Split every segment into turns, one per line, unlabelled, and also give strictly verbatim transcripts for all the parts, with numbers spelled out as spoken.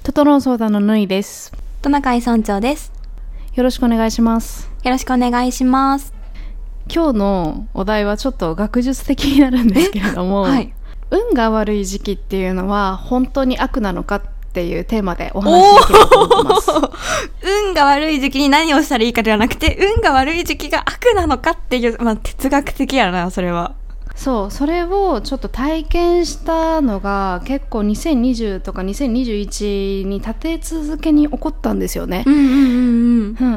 トトロン相談のぬいです。
トナカイ村長です。
よろしくお願いします。
よろしくお願いします。
今日のお題はちょっと学術的になるんですけれども、はい、運が悪い時期っていうのは本当に悪なのかっていうテーマでお話しできればと思います。
運が悪い時期に何をしたらいいかではなくて、運が悪い時期が悪なのかっていう、まあ、哲学的やな、それは。
そう、それをちょっと体験したのが結構にせんにじゅうとかにせんにじゅういちに立て続けに起こったんですよね。
うんうんうんうん。
うんうんうん。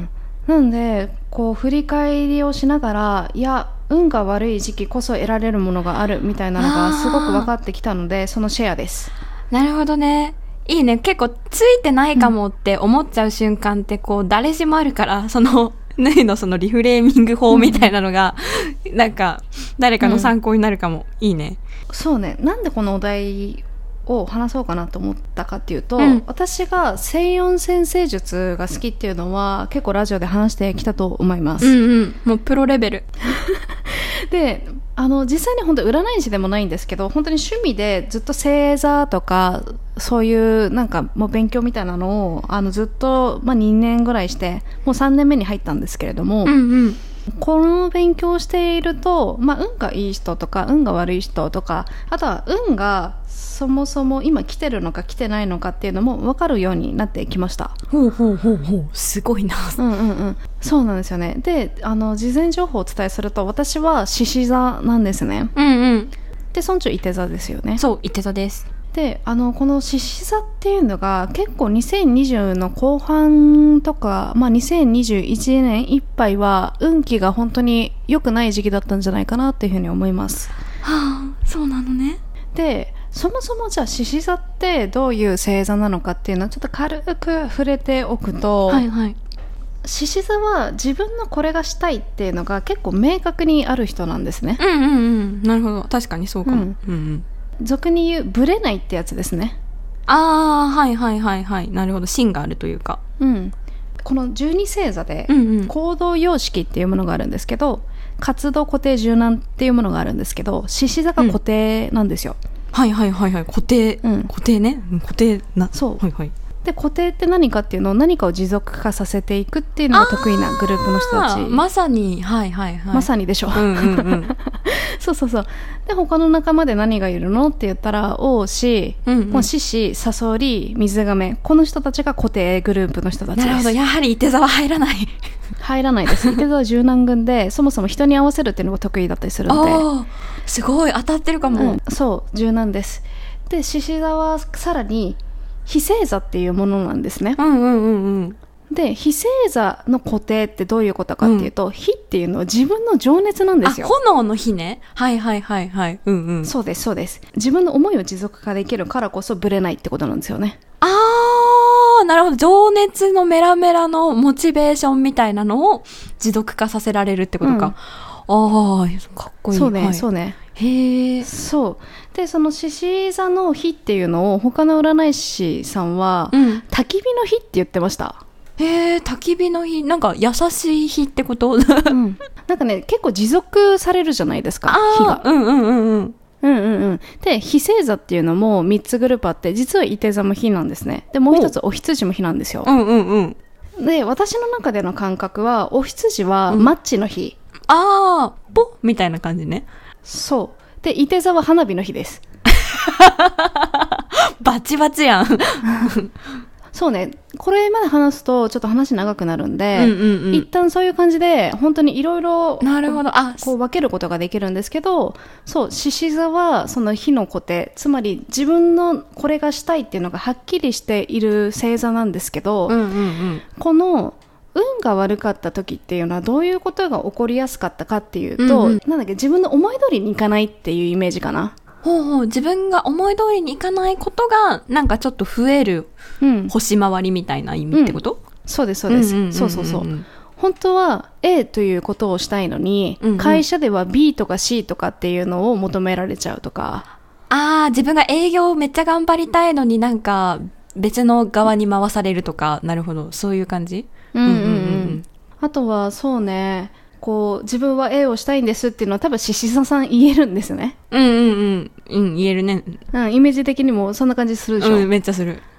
なんでこう振り返りをしながら、いや運が悪い時期こそ得られるものがあるみたいなのがすごく分かってきたので、そのシェアです。
なるほどね。いいね。結構ついてないかもって思っちゃう瞬間ってこう誰しもあるから、そのぬいのそのリフレーミング法みたいなのが、うん、なんか誰かの参考になるかも、うん、いいね。
そうね。なんでこのお題を話そうかなと思ったかっていうと、うん、私が西洋占星術が好きっていうのは結構ラジオで話してきたと思います。
うんうん、もうプロレベル
で、あの実際に本当占い師でもないんですけど、本当に趣味でずっと星座とかそういうなんかもう勉強みたいなのをあのずっと、まあ、にねんぐらいしてもうさんねんめに入ったんですけれども、
うんうん、
この勉強をしていると、まあ、運がいい人とか運が悪い人とか、あとは運がそもそも今来てるのか来てないのかっていうのも分かるようになってきました。
ほうほうほうほう、すごいな。
うんうんうん、そうなんですよね。で、あの事前情報をお伝えすると、私は獅子座なんですね。
うんうん。
で、村長いて座ですよね。
そう、いて座です。
で、あのこの獅子座っていうのが結構にせんにじゅうの後半とか、まあ、にせんにじゅういちねんいっぱいは運気が本当に良くない時期だったんじゃないかなっていうふうに思います。
はあ、そうなのね。
で、そもそもじゃあ獅子座ってどういう星座なのかっていうのをちょっと軽く触れておくと、
はいはい、
獅子座は自分のこれがしたいっていうのが結構明確にある人なんですね。
うんうんうん、なるほど、確かにそうかも。うんうんうん、
俗に言うブレないってやつですね。
ああ、はいはいはいはい、なるほど、芯があるというか。
うん。このじゅうに星座で行動様式っていうものがあるんですけど、うんうん、活動固定柔軟っていうものがあるんですけど、獅子座が固定なんですよ。
うん、はいはいはいはい、固定、うん、固定ね、固定な、
そう、
はいはい。
で、固定って何かっていうのを何かを持続化させていくっていうのが得意なグループの人たち。
まさに、はいはいはい、
まさにでしょ、うんうんうん、そうそうそう。で、他の仲間で何がいるのって言ったら、王子、うんうん、もう獅子、サソリ、水亀、この人たちが固定グループの人たちです。
なるほど、やはりいて座は入らない
入らないです。いて座は柔軟群で、そもそも人に合わせるっていうのが得意だったりするんで。
すごい当たってるかも、
うん、そう柔軟です。で、獅子座はさらに非星座っていうものなんですね。
うんうんうんうん。
で、非星座の固定ってどういうことかっていうと、うん、火っていうのは自分の情熱なんですよ。
あ、炎の火ね。はいはいはいはい。うんうん。
そうですそうです。自分の思いを持続化できるからこそブレないってことなんですよね。
あー、なるほど。情熱のメラメラのモチベーションみたいなのを持続化させられるってことか。うん、あー、かっこいい。
そうね、
はい、
そうね。
へえ。
そうで、その獅子座の火っていうのを他の占い師さんは、うん、焚き火の火って言ってました。
へえ、焚き火の火、なんか優しい火ってこと、うん、
なんかね、結構持続されるじゃないですか、火が。
うんうんうんうん
うんうんうん。で、非星座っていうのもみっつグループあって、実はいて座も火なんですね。で、もう一つお羊も火なんですよ。
うんうんうん。
で、私の中での感覚は、お羊はマッチの火、
うん、あー、ポッみたいな感じね。
そうで、いて座は花火の日です。
バチバチやん
そうね、これまで話すとちょっと話長くなるんで、
うんうんうん、
一旦そういう感じで本当にいろいろこう分けることができるんですけど、そう獅子座はその火の固定、つまり自分のこれがしたいっていうのがはっきりしている星座なんですけど、
うんうんうん、こ
の運が悪かった時っていうのはどういうことが起こりやすかったかっていうと、うんうん、なんだっけ、自分の思い通りにいかないっていうイメージかな。
ほうほう、自分が思い通りにいかないことがなんかちょっと増える、うん、星回りみたいな意味ってこと、うん、
そうですそうです、うんうんうんうん、そうそうそう。本当は A ということをしたいのに、うんうん、会社では B とか C とかっていうのを求められちゃうとか。
あー、自分が営業めっちゃ頑張りたいのになんか別の側に回されるとか。なるほど、そういう感じ。
うんうんうん、うんうん、あとはそうね、こう自分は A をしたいんですっていうのは多分獅子座さん言えるんですね。
うんうんうん、うん、言えるね。
うん、イメージ的にもそんな感じするでしょ。
うん、めっちゃする。
うん、 、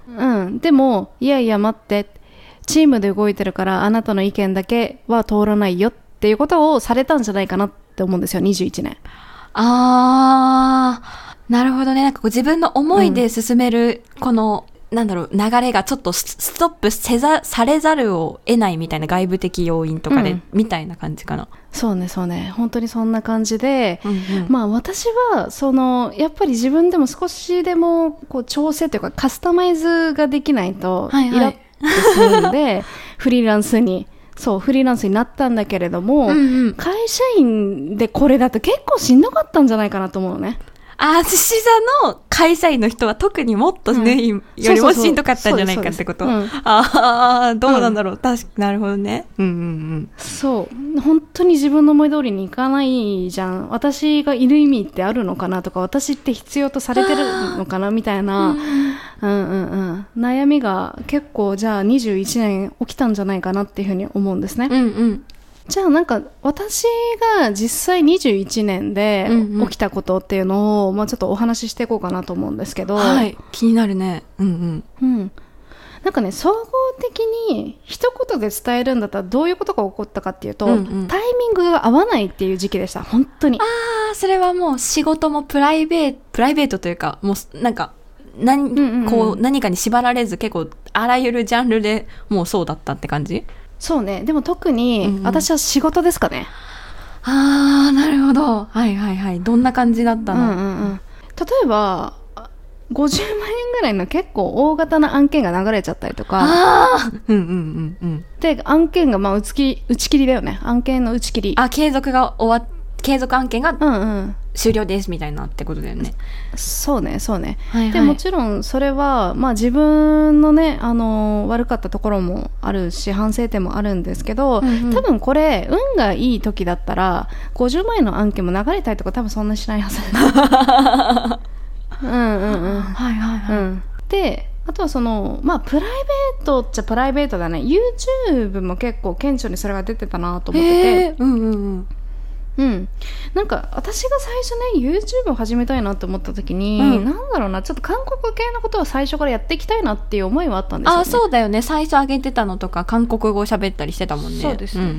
でもいやいや待って、チームで動いてるからあなたの意見だけは通らないよっていうことをされたんじゃないかなって思うんですよ、にじゅういちねん。
あー、なるほどね。なんかこう自分の思いで進める、この、うん、なんだろう、流れがちょっとストップせざされざるを得ないみたいな、外部的要因とかで、うん、みたいな感じかな。
そうねそうね、本当にそんな感じで、
うんうん、
まあ私はそのやっぱり自分でも少しでもこう調整というかカスタマイズができないとイラッとするので、はいはい、フリーランスにそうフリーランスになったんだけれども、
うんうん、
会社員でこれだと結構しんどかったんじゃないかなと思うのね。
あ、獅子座の会社員の人は特にもっと縫いよりもしんどかったんじゃないかってこと。ああ、どうなんだろう。うん、確かなるほどね。うんうんうん。
そう。本当に自分の思い通りにいかないじゃん。私がいる意味ってあるのかなとか、私って必要とされてるのかなみたいな、うんうんうん、悩みが結構じゃあにじゅういちねん起きたんじゃないかなっていうふうに思うんですね。
うんうん。
じゃあなんか私が実際にじゅういちねんで起きたことっていうのを、うんうん、まあちょっとお話ししていこうかなと思うんですけど、
はい、気になるね。うんうん。
うん。なんかね、総合的に一言で伝えるんだったらどういうことが起こったかっていうと、うんうん、タイミングが合わないっていう時期でした。本当に。
ああ、それはもう仕事もプライベート、プライベートというか、もうなんか何、うんうんうん、こう何かに縛られず結構あらゆるジャンルでもうそうだったって感じ？
そうね。でも特に私は仕事ですかね。
うんうん、ああ、なるほど。はいはいはい。どんな感じだったの？
うんうんうん、例えばごじゅうまんえんぐらいの結構大型な案件が流れちゃったりとか、
あうんうんうんうん、
で案件がまあ打ち切り打ち切りだよね。案件の打ち切り。
あ、継続が終わっ継続案件が終了ですみたいなってことだよね。
うんうん、そうねそうね、はいはい、でもちろんそれは、まあ、自分のねあの悪かったところもあるし反省点もあるんですけど、うんうん、多分これ運がいい時だったらごじゅうまんえんの案件も流れたりとか多分そんなしないはずうんうんうん、
はいはいはい、うん、
であとはそのまあプライベートっちゃプライベートだね。 YouTube も結構顕著にそれが出てたなと思ってて、
うんうんうん
うん、なんか私が最初ね YouTube を始めたいなって思った時に、うん、なんだろうなちょっと韓国系のことは最初からやっていきたいなっていう思いはあったんですよね。
あ、そうだよね。最初上げてたのとか韓国語喋ったりしてたもんね。
そうです、うんうんうん、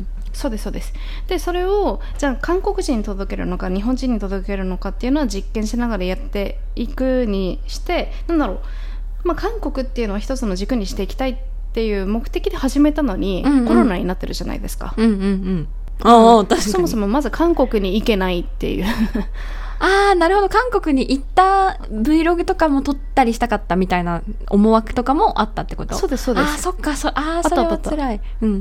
そうですそうです。でそれをじゃあ韓国人に届けるのか日本人に届けるのかっていうのは実験しながらやっていくにしてなんだろう、まあ、韓国っていうのは一つの軸にしていきたいっていう目的で始めたのに、うんうん、コロナになってるじゃないですか。
うんうんうんああ、確かに。
そもそもまず韓国に行けないっていう
ああ、なるほど。韓国に行った Vlog とかも撮ったりしたかったみたいな思惑とかもあったってこと？
そうですそうです。
ああ、そっか。そああ、それは辛い。うんうんうん、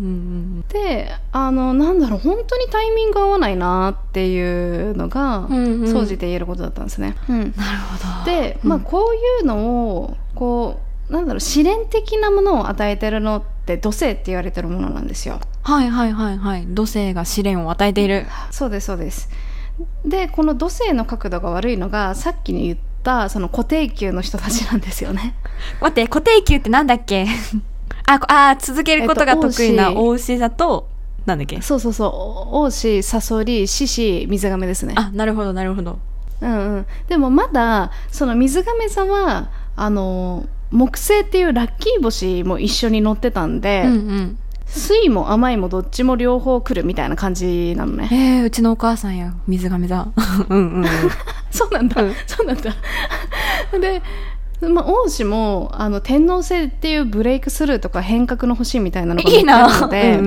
で、あのなんだろう本当にタイミング合わないなっていうのが総じて言えることだったんですね。うんうん、
なるほど。
で、まあこういうのをこうなんだろう試練的なものを与えてるのって土星って言われてるものなんですよ。
はいはいはいはい。土星が試練を与えている。
そうですそうです。でこの土星の角度が悪いのがさっきに言ったその固定給の人たちなんですよね。
待って固定給ってなんだっけああ続けることが得意な大牛座となんだっけ。
そうそうそう大牛サソリ獅子水亀ですね。
あなるほどなるほど。
うんうん。でもまだその水亀座はあの木星っていうラッキー星も一緒に乗ってたんで、うんうん、酸いも甘いもどっちも両方来るみたいな感じなのね。
えー、うちのお母さんや水亀座うんうん、うん、
そうなんだ、うん、そうなんだで、まあ、王子もあの天王星っていうブレイクスルーとか変革の星みたいなのが載ってあるのでいいな、うんうん、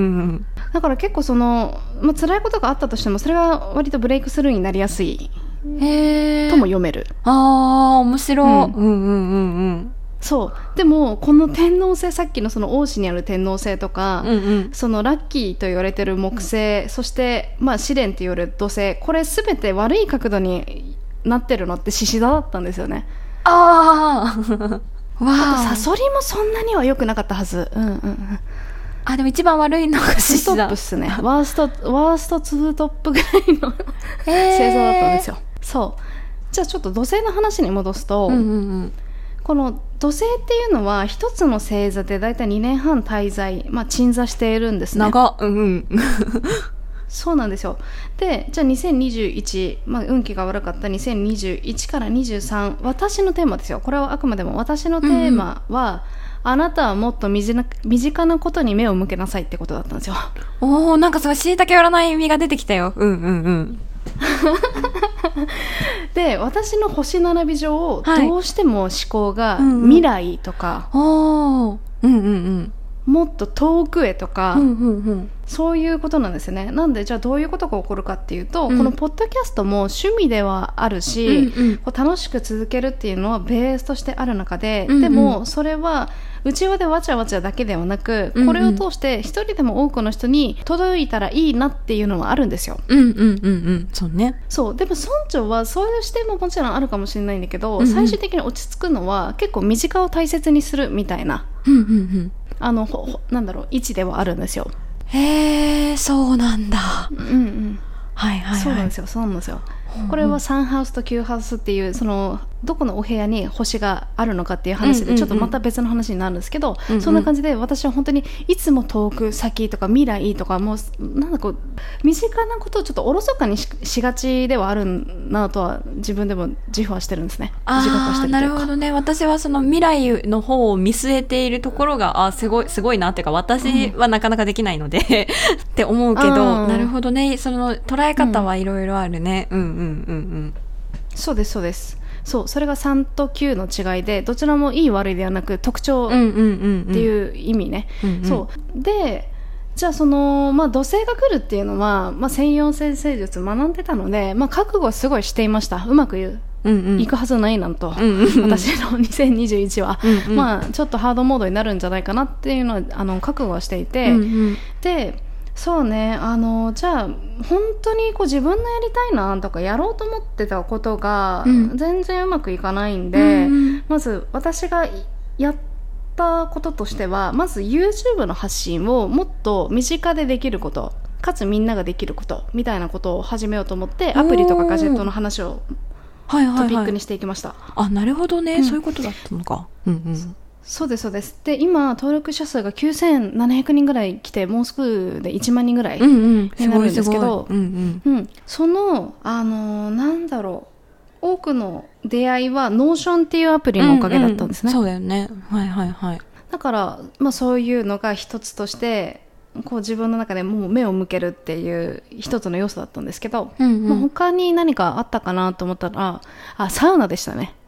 だから結構その、まあ、辛いことがあったとしてもそれが割とブレイクスルーになりやすい
へ
とも読める。
あー面白い、うん、うんうんうんうん
そうでもこの天王星さっきのその王子にある天王星とか、うんうん、そのラッキーと言われてる木星、うん、そして、まあ、試練と言われる土星これ全て悪い角度になってるのって獅子座だったんですよね。
ああわ
あとサソリもそんなには良くなかったはず、うんうんうん、
あでも一番悪いのが獅子座
トップっすねワーストワーストツートップぐらいの星座だったんですよ。そうじゃあちょっと土星の話に戻すと、うんうんうんこの土星っていうのは一つの星座でだいたいにねんはん滞在、まあ、鎮座しているんですね。
長うんうん
そうなんですよ。で、じゃあにせんにじゅういち、まあ、運気が悪かったにせんにじゅういちからにじゅうさん、私のテーマですよ。これはあくまでも私のテーマは、うんうん、あなたはもっと身近身近なことに目を向けなさいってことだったんですよ。
おー、なんかすごいしいたけ占い意味が出てきたよ。うんうんうん。
で、私の星並び上、はい、どうしても思考が未来とか、
うんうん、おー、うんうんうん、
もっと遠くへとか、
うんうんうん、
そういうことなんですよね。なんでじゃあどういうことが起こるかっていうと、うん、このポッドキャストも趣味ではあるし、うんうん、こう楽しく続けるっていうのはベースとしてある中で、うんうん、でもそれは内輪でわちゃわちゃだけではなく、うんうん、これを通して一人でも多くの人に届いたらいいなっていうのはあるんですよ。
うんうんうんうん、そうね。
そう。でも村長はそういう視点ももちろんあるかもしれないんだけど、うんうん、最終的に落ち着くのは結構身近を大切にするみたいな、
うんうんうん、
あのほなんだろう位置ではあるんですよ。
へえ、そうなんだ。
うんうん。
はいはいはい。
そうなんですよ。そうなんですよ。これはさんハウスときゅうハウスっていうそのどこのお部屋に星があるのかっていう話でちょっとまた別の話になるんですけど、うんうん、そんな感じで私は本当にいつも遠く先とか未来とかもうなんだこう身近なことをちょっとおろそかに し, しがちではあるなとは自分でも自負はしてるんですね。
あ
自覚はしてるというか。
なるほどね。私はその未来の方を見据えているところがあすごいすごいなっていうか私はなかなかできないので、うん、って思うけど、なるほどね。その捉え方はいろいろあるね。うん、うんうんうんうん。
そうですそうです。そう、それがさんときゅうの違いでどちらもいい悪いではなく特徴っていう意味ね、うんうんうん、そうでじゃあその、まあ、土星が来るっていうのは、まあ、専用先生術学んでたので、まあ、覚悟はすごいしていました。うまく言ううんうん、いくはずないなんと、うんうんうん、私のにせんにじゅういちは、うんうん、まあ、ちょっとハードモードになるんじゃないかなっていうのはあの覚悟はしていて、うんうん、でそうね、あのじゃあ本当にこう自分のやりたいなとかやろうと思ってたことが全然うまくいかないんで、うん、まず私がやったこととしてはまず YouTube の発信をもっと身近でできることかつみんなができることみたいなことを始めようと思ってアプリとかガジェットの話をトピックにしていきました。はいはい
はい、あ、なるほどね、うん、そういうことだったのか、うんうん、
そうですそうです。で今登録者数がきゅうせんななひゃくにんぐらい来てもうすぐでいちまんにんぐらいになるんですけど、そのあのー、なんだろう多くの出会いはノーションっていうアプリのおかげだったんですね、
うんうん、そうだよね。はいはいはい。
だから、まあ、そういうのが一つとしてこう自分の中でもう目を向けるっていう一つの要素だったんですけど、うんうんまあ、他に何かあったかなと思ったらあサウナでしたね。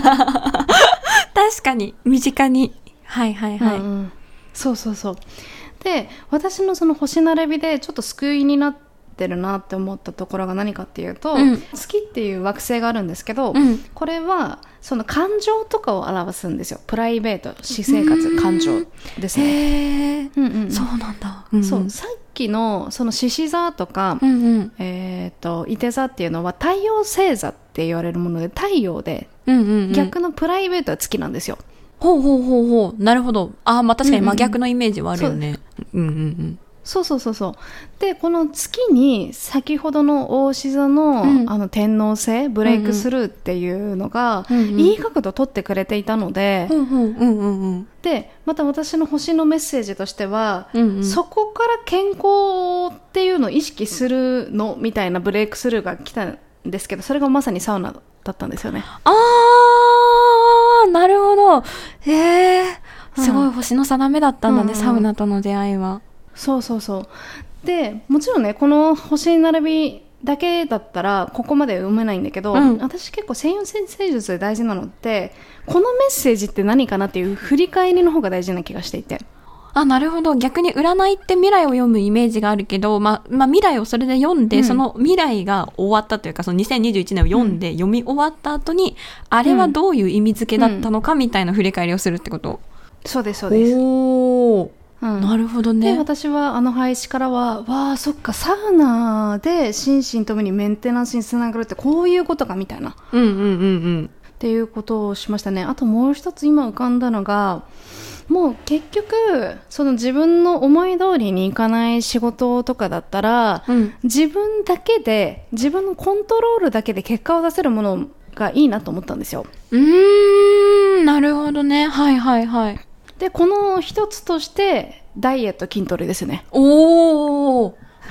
確かに身近にはいはいはい、うんうん、
そうそうそう。で私のその星並びでちょっと救いになってるなって思ったところが何かっていうと、うん、月っていう惑星があるんですけど、うん、これはその感情とかを表すんですよ。プライベート私生活感情ですね。
へー、うんうん、そうなんだ、うんうん、
そうさっきのその獅子座とか、うんうんえー、といて座っていうのは太陽星座って言われるもので太陽で、うんうんうん、逆のプライベートは月なんですよ。
ほうほうほうほうなるほど。あ、まあ、確かに真逆のイメージはあるよね。うんうんうん、
そうそうそうそう。でこの月に先ほどの牡牛座の、うん、あの天王星ブレイクスルーっていうのが、うんうん、いい角度取ってくれていたので、うんうんうんうん、でまた私の星のメッセージとしては、うんうん、そこから健康っていうのを意識するのみたいなブレイクスルーが来たんですけど、それがまさにサウナだったんですよね。
あーなるほど。へーすごい星の定めだったんだね、うん、サウナとの出会いは。そうそうそう
でもちろんねこの星並びだけだったらここまで読めないんだけど、うん、私結構専用先生術で大事なのってこのメッセージって何かなっていう振り返りの方が大事な気がしていて。
あ、なるほど。逆に占いって未来を読むイメージがあるけど、まあまあ、未来をそれで読んで、うん、その未来が終わったというかそのにせんにじゅういちねんを読んで、うん、読み終わった後にあれはどういう意味付けだったのかみたいな振り返りをするってこと、うん、
そうですそうです。
おーうん、なるほどね。
で私はあの配置からはわあそっかサウナで心身ともにメンテナンスにつながるってこういうことかみたいな、
うんうんうんうん、
っていうことをしましたね。あともう一つ今浮かんだのがもう結局その自分の思い通りにいかない仕事とかだったら、うん、自分だけで自分のコントロールだけで結果を出せるものがいいなと思ったんですよ。
うーんなるほどね。はいはいはい。
でこの一つとしてダイエット筋トレですね。
おー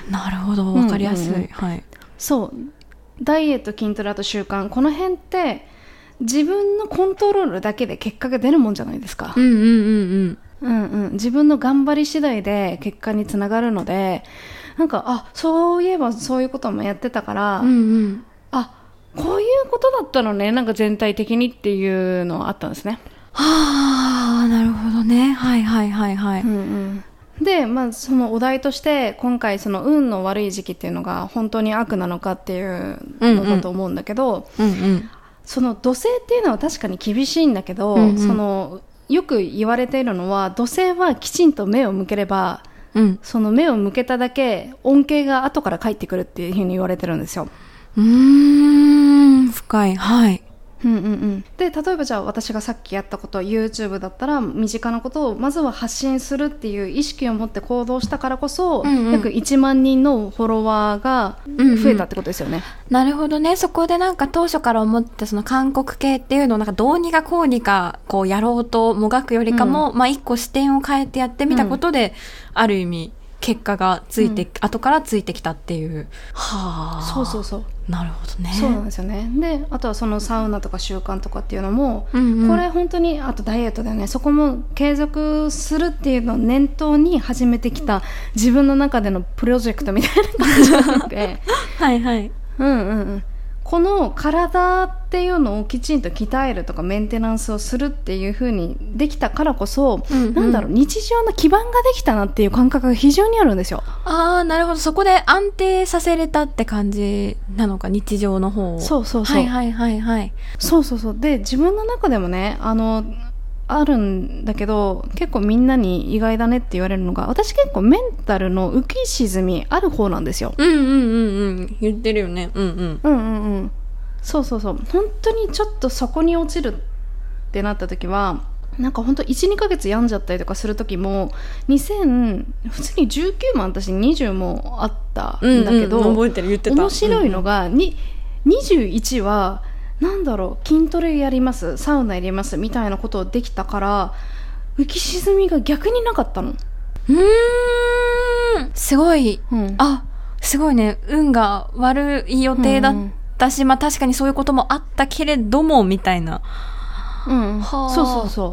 なるほど、わかりやすい、うんうんうん、はい。
そうダイエット、筋トレ、あと習慣、この辺って自分のコントロールだけで結果が出るもんじゃないですか。
うんうんうんうん
うんうん、自分の頑張り次第で結果につながるので、なんかあそういえばそういうこともやってたから、
うんうん、
あこういうことだったのね、なんか全体的にっていうのはあったんですね。
はあ、なるほどね。はいはいはいはい、
うんうん、で、まあ、そのお題として今回その運の悪い時期っていうのが本当に悪なのかっていうのだと思うんだけど、
うんうん、
その土星っていうのは確かに厳しいんだけど、うんうん、そのよく言われているのは土星はきちんと目を向ければ、うん、その目を向けただけ恩恵が後から返ってくるっていうふうに言われてるんですよ。
うーん、深い。はい。
うんうんうん、で例えばじゃあ私がさっきやったこと YouTube だったら身近なことをまずは発信するっていう意識を持って行動したからこそ、うんうん、約いちまんにんのフォロワーが増えたってことですよね、
うんうん、なるほどね。そこでなんか当初から思ってその韓国系っていうのをなんかどうにかこうにかこうやろうともがくよりかも、うん、まあ一個視点を変えてやってみたことで、うん、ある意味結果がついて、うん、後からついてきたっていう。はあ、
そうそうそう、
なるほどね。
そうなんですよね。であとはそのサウナとか習慣とかっていうのも、うんうん、これ本当にあとダイエットだよね、そこも継続するっていうのを念頭に始めてきた自分の中でのプロジェクトみたいな感じなので
はいはい、
うんうんうん、この体っていうのをきちんと鍛えるとかメンテナンスをするっていう風にできたからこそ、うんうん、なんだろう、日常の基盤ができたなっていう感覚が非常にあるんですよ。
ああ、なるほど。そこで安定させれたって感じなのか、日常の方を。
そうそうそう、
はいはいはいはい、
そうそうそう。で自分の中でもね、あのあるんだけど結構みんなに意外だねって言われるのが、私結構メンタルの浮き沈みある方なんですよ。
うんうんうんうん、言ってるよね。うんうん
うんうんうん、そうそうそう。本当にちょっとそこに落ちるってなった時はなんか本当 いち,に ヶ月病んじゃったりとかする時もにせん普通にじゅうきゅうまん、私にじゅうもあったんだけど、
うんうん、覚えてる、言ってた。
面白いのが、うんうん、ににじゅういちはなんだろう、筋トレやります、サウナやりますみたいなことをできたから浮き沈みが逆になかったの。
うーん、すごい、うん、あ、すごいね。運が悪い予定だったし、うんうん、まあ確かにそういうこともあったけれどもみたいな、
うん、はあ、そうそうそう、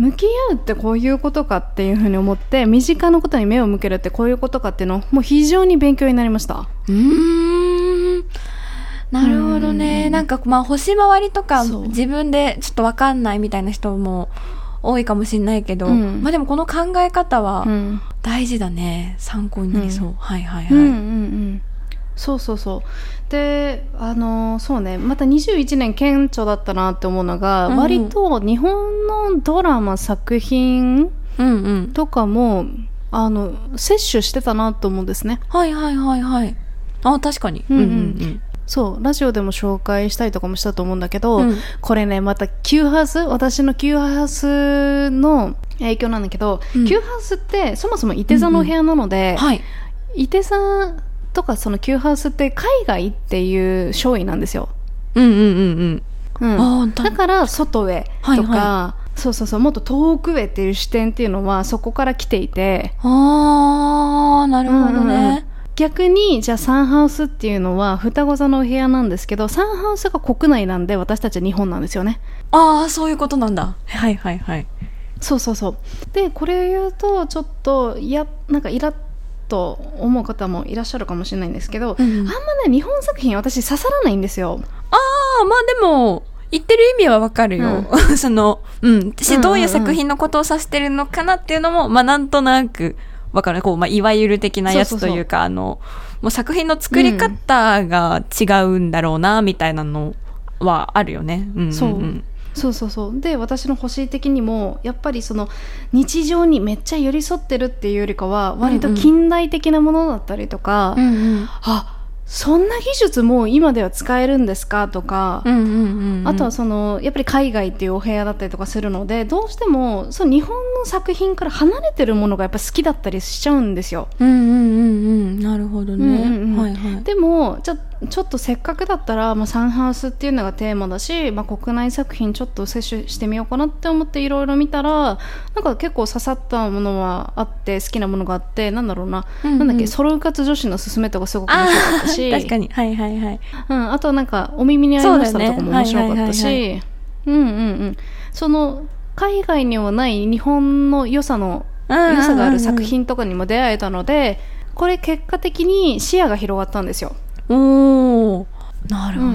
向き合うってこういうことかっていうふうに思って、身近なことに目を向けるってこういうことかっていうのをもう非常に勉強になりました。
うーん、なるほどね。なんかまあ星回りとか自分でちょっと分かんないみたいな人も多いかもしれないけど、うん、まあでもこの考え方は大事だね、うん、参考になりそう、うん、はいはいはい、うんうんうん、
そうそうそう。であのそうね、またにじゅういちねん顕著だったなって思うのが、うんうん、割と日本のドラマ作品とかも、うんうん、あの摂取してたなと思うんですね。
はいはいはいはい、あ、確かに、うんうんうん、
そうラジオでも紹介したりとかもしたと思うんだけど、うん、これねまた Q ハウス、私の Q ハウスの影響なんだけど、うん、Q ハウスってそもそもいて座のお部屋なので、うんうん、はい、いて座とかその Q ハウスって海外っていう勝意なんですよ。
うんうんうんうん、
うん、だから外へとか、はいはい、そうそうそう、もっと遠くへっていう視点っていうのはそこから来ていて、
あー、なるほどね、うんうん、
逆にじゃあサンハウスっていうのは双子座のお部屋なんですけど、サンハウスが国内なんで私たちは日本なんですよね。
ああ、そういうことなんだ。はいはいはい、
そうそうそう。でこれを言うとちょっといやなんかイラッと思う方もいらっしゃるかもしれないんですけど、うん、あんまね日本作品私刺さらないんですよ。
ああ、まあでも言ってる意味はわかるよ、うん、その、うん、私どういう作品のことを指してるのかなっていうのも、まあなんとなくわかる。こう、まあ、いわゆる的なやつというか、そうそうそう、あのもう作品の作り方が違うんだろうな、うん、みたいなのはあるよね、うんうんうん、
そうそうそうそう。で私の星的にもやっぱりその日常にめっちゃ寄り添ってるっていうよりかは割と近代的なものだったりとか、うんうん、あ、そんな技術も今では使えるんですかとか、うんうんうんうん、あとはそのやっぱり海外っていうお部屋だったりとかするので、どうしてもその日本の作品から離れてるものがやっぱ好きだったりしちゃうんですよ。
うんうんうんうん、なるほどね、うんうんうん、はいはい、
でもじゃちょっとせっかくだったら、まあ、サンハウスっていうのがテーマだし、まあ、国内作品ちょっと摂取してみようかなって思っていろいろ見たら、なんか結構刺さったものはあって、好きなものがあって、なんだろうな、うんうん、なんだっけ、ソロ活女子のすすめとかすごく面白かったし、
確かに、はいはいはい、
うん、あとなんかお耳に合いましたとかも面白かったし、うんうんうん、その海外にはない日本の良さの、良さがある作品とかにも出会えたので、これ結果的に視野が広がったんですよ。
おー、なるほど。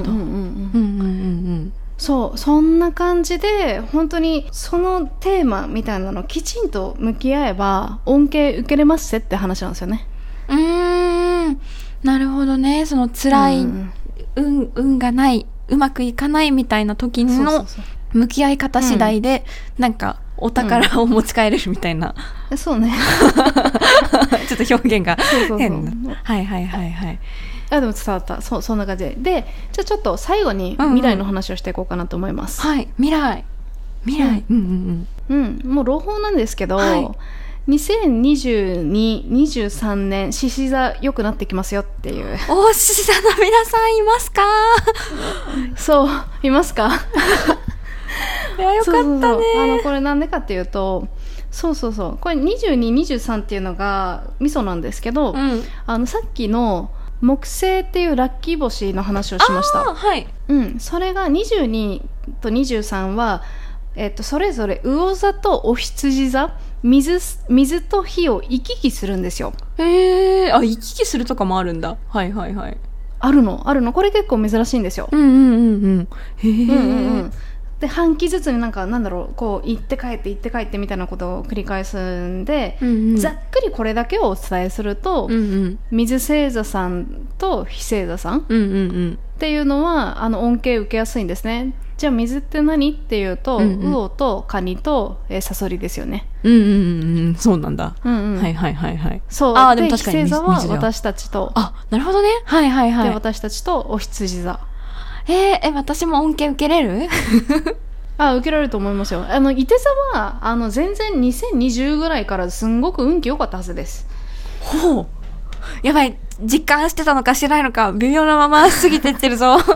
そう、そんな感じで本当にそのテーマみたいなのをきちんと向き合えば恩恵受けれますってって話なんですよね。
うーん、なるほどね。その辛い、うん、運、運がない、うまくいかないみたいな時の向き合い方次第で、うん、なんかお宝を持ち帰れるみたいな、
うん、そうね
ちょっと表現が変な。はいはいはいはい。
あ、でも伝わった。そう、そんな感じで。で、じゃあちょっと最後に未来の話をしていこうかなと思います。
うんうん、はい、未来。未来。うんうん
うん。うん、もう朗報なんですけど、はい、にせんにじゅうに、にじゅうさんねん、獅子座良くなってきますよっていう。
お、獅子座の皆さんいますか？
そう、いますか？
いや、よかったね。そうそうそう、
あの、これなんでかっていうと、そうそうそう、これにじゅうに、にじゅうさんっていうのがミソなんですけど、うん、あのさっきの木星っていうラッキー星の話をしました。
はい、
うん、それがにじゅうにとにじゅうさんは、えっと、それぞれ魚座とお羊座、水、水と火を行き来するんですよ。
へえ、あ、行き来するとかもあるんだ。はいはいはい。
あるの、あるの。これ結構珍しいんですよ。
うんうんうんうん。へえ。うんうんうん。
で、半期ずつになんかなんだろう、こう行って帰って行って帰ってみたいなことを繰り返すんで、うんうん、ざっくりこれだけをお伝えすると、うんうん、水星座さんと火星座さん、うんうんうん、っていうのはあの恩恵受けやすいんですね。じゃあ水って何っていうと、うんうん、魚とカニと、えー、サソリですよね。
うんうんうん、そうなんだ。うんうん、はいはいはいはい。
そう。あ、でも確かに火星座は私たちと、
あ、なるほどね。はいはいはい。
で、私たちとお羊座。
えー、え、私も恩恵受けれる？
あ、受けられると思いますよ。あの、いて座は、あの、全然にせんにじゅうぐらいからすんごく運気良かったはずです。
ほう。やばい。実感してたのかしてないのか、微妙なまま過ぎてってるぞ。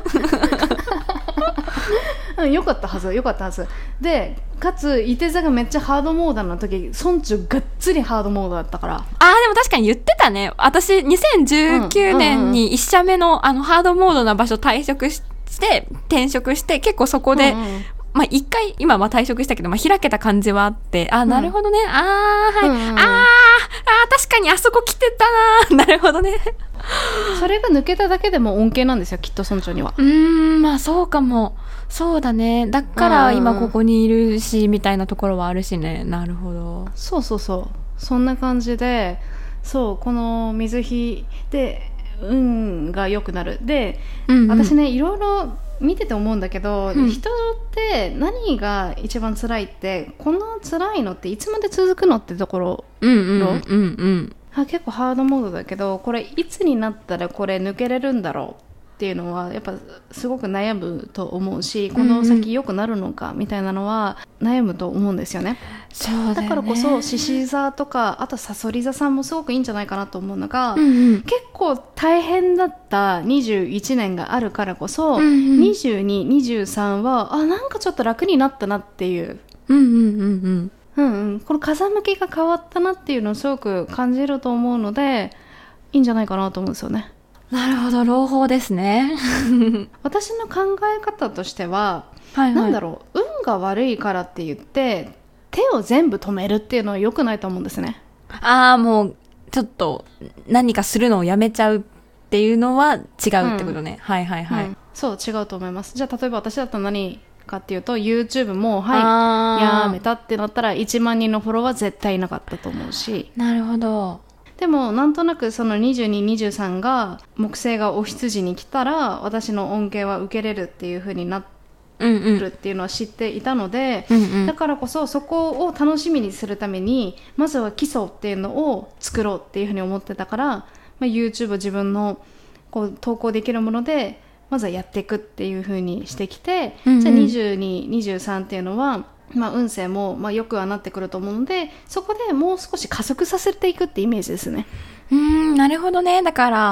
良かったはず、良かったはず。で、かつ、いて座がめっちゃハードモードの時、村長がっつりハードモードだったから。あ
ー、でも確かに言ってたね。私、にせんじゅうきゅうねんにいっ社目の、あの、ハードモードな場所退職して、転職して、結構そこで、うんうん、まあ一回、今は退職したけど、まあ開けた感じはあって、あ、なるほどね、うん、あー、はい、うんうん、あー、あー、確かにあそこ来てたな、なるほどね。
それが抜けただけでも恩恵なんですよ、きっと村長には。
うーん、まあそうかも。そうだね。だから今ここにいるし、みたいなところはあるしね。なるほど。
そうそうそう。そんな感じで、そう、この水火で運が良くなる。で、うんうん、私ね、いろいろ見てて思うんだけど、うん、人って何が一番辛いって、この辛いのっていつまで続くのってところ、
うんうんうんうん
あ、結構ハードモードだけど、これいつになったらこれ抜けれるんだろうっていうのはやっぱすごく悩むと思うし、この先良くなるのかみたいなのは悩むと思うんですよね。
そうだよね。
だからこそ獅子座とか、あとサソリ座さんもすごくいいんじゃないかなと思うのが、うんうん、結構大変だったにじゅういちねんがあるからこそ、うんうん、にじゅうに、にじゅうさんはあ、なんかちょっと楽になったなっていう、
うんうんうんうん
うんうん、この風向きが変わったなっていうのをすごく感じると思うので、いいんじゃないかなと思うんですよね。
なるほど、朗報ですね。
私の考え方としては、はいはい、なんだろう、運が悪いからって言って手を全部止めるっていうのは良くないと思うんですね。
ああ、もうちょっと何かするのをやめちゃうっていうのは違うってことね。うん、はいはいはい、うん、
そう違うと思います。じゃあ例えば私だったら何かっていうと YouTube もはいやめたってなったらいちまん人のフォロワー絶対いなかったと思うし。
なるほど。
でもなんとなくそのにじゅうに、にじゅうさんが木星がお羊に来たら私の恩恵は受けれるっていう風になってるっていうのは知っていたので、うんうん、だからこそそこを楽しみにするためにまずは基礎っていうのを作ろうっていう風に思ってたから、まあ、YouTube を自分のこう投稿できるものでまずはやっていくっていう風にしてきて、うんうん、じゃあにじゅうに、にじゅうさんっていうのはまあ、運勢もまあよくはなってくると思うので、そこでもう少し加速させていくってイメージですね。
うーん、なるほどね。だから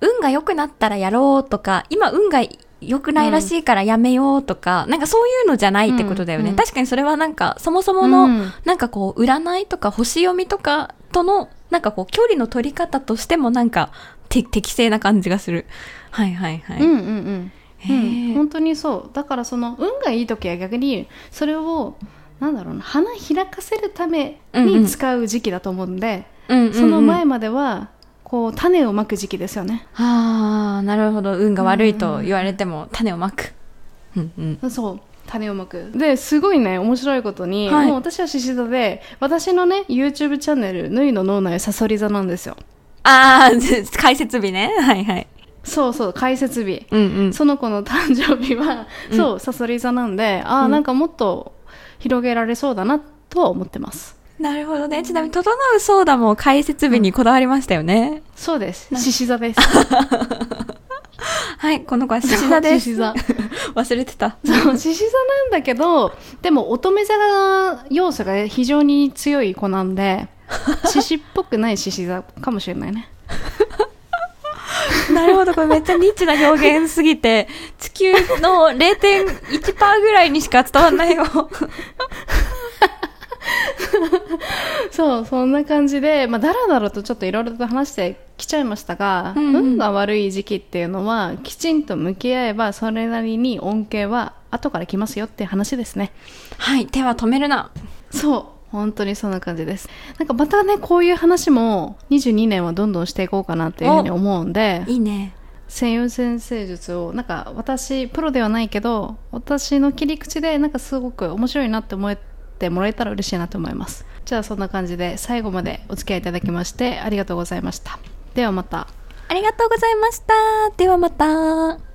運が良くなったらやろうとか、今運が良くないらしいからやめようとか、うん、なんかそういうのじゃないってことだよね、うんうん、確かにそれはなんかそもそもの、うん、なんかこう占いとか星読みとかとのなんかこう距離の取り方としてもなんか適正な感じがする。はいはいはい。
うんうんうんうん、本当にそう。だからその運がいい時は逆にそれをなんだろうな、花開かせるために使う時期だと思うんで、うんうん、その前まではこう種をまく時期ですよね。
ああ、なるほど。運が悪いと言われても種をまく、
うんうん、そう、種をまく。ですごいね、面白いことに、はい、もう私は獅子座で、私のね YouTube チャンネルぬいの脳内さそり座なんですよ。
ああ、解説日ね。はいはい。
そうそう、解説日、うんうん、その子の誕生日は、うん、そう、さそり座なんで、ああ、うん、なんかもっと広げられそうだなとは思ってます。
なるほどね。ちなみに、整うソーダも解説日にこだわりましたよね。うん、
そうです。獅子座です。
はい、この子は獅子座です。
獅子座。
忘れてた。
そう、獅子座なんだけど、でも乙女座要素が非常に強い子なんで、獅子っぽくない獅子座かもしれないね。
なるほど、これめっちゃニッチな表現すぎて地球の れいてんいちパーセント ぐらいにしか伝わんないよ。
そう、そんな感じで、まあ、だらだらとちょっといろいろと話してきちゃいましたが、うんうん、運が悪い時期っていうのはきちんと向き合えばそれなりに恩恵は後から来ますよっていう話ですね。
はい、手は止めるな。そう、
本当にそんな感じです。なんかまたね、こういう話もにじゅうにねんはどんどんしていこうかなっていうふうに思うんで、
いいね。
千運先生術をなんか私プロではないけど私の切り口でなんかすごく面白いなって思ってもらえたら嬉しいなと思います。じゃあそんな感じで最後までお付き合いいただきましてありがとうございました。ではまた。
ありがとうございました。ではまた。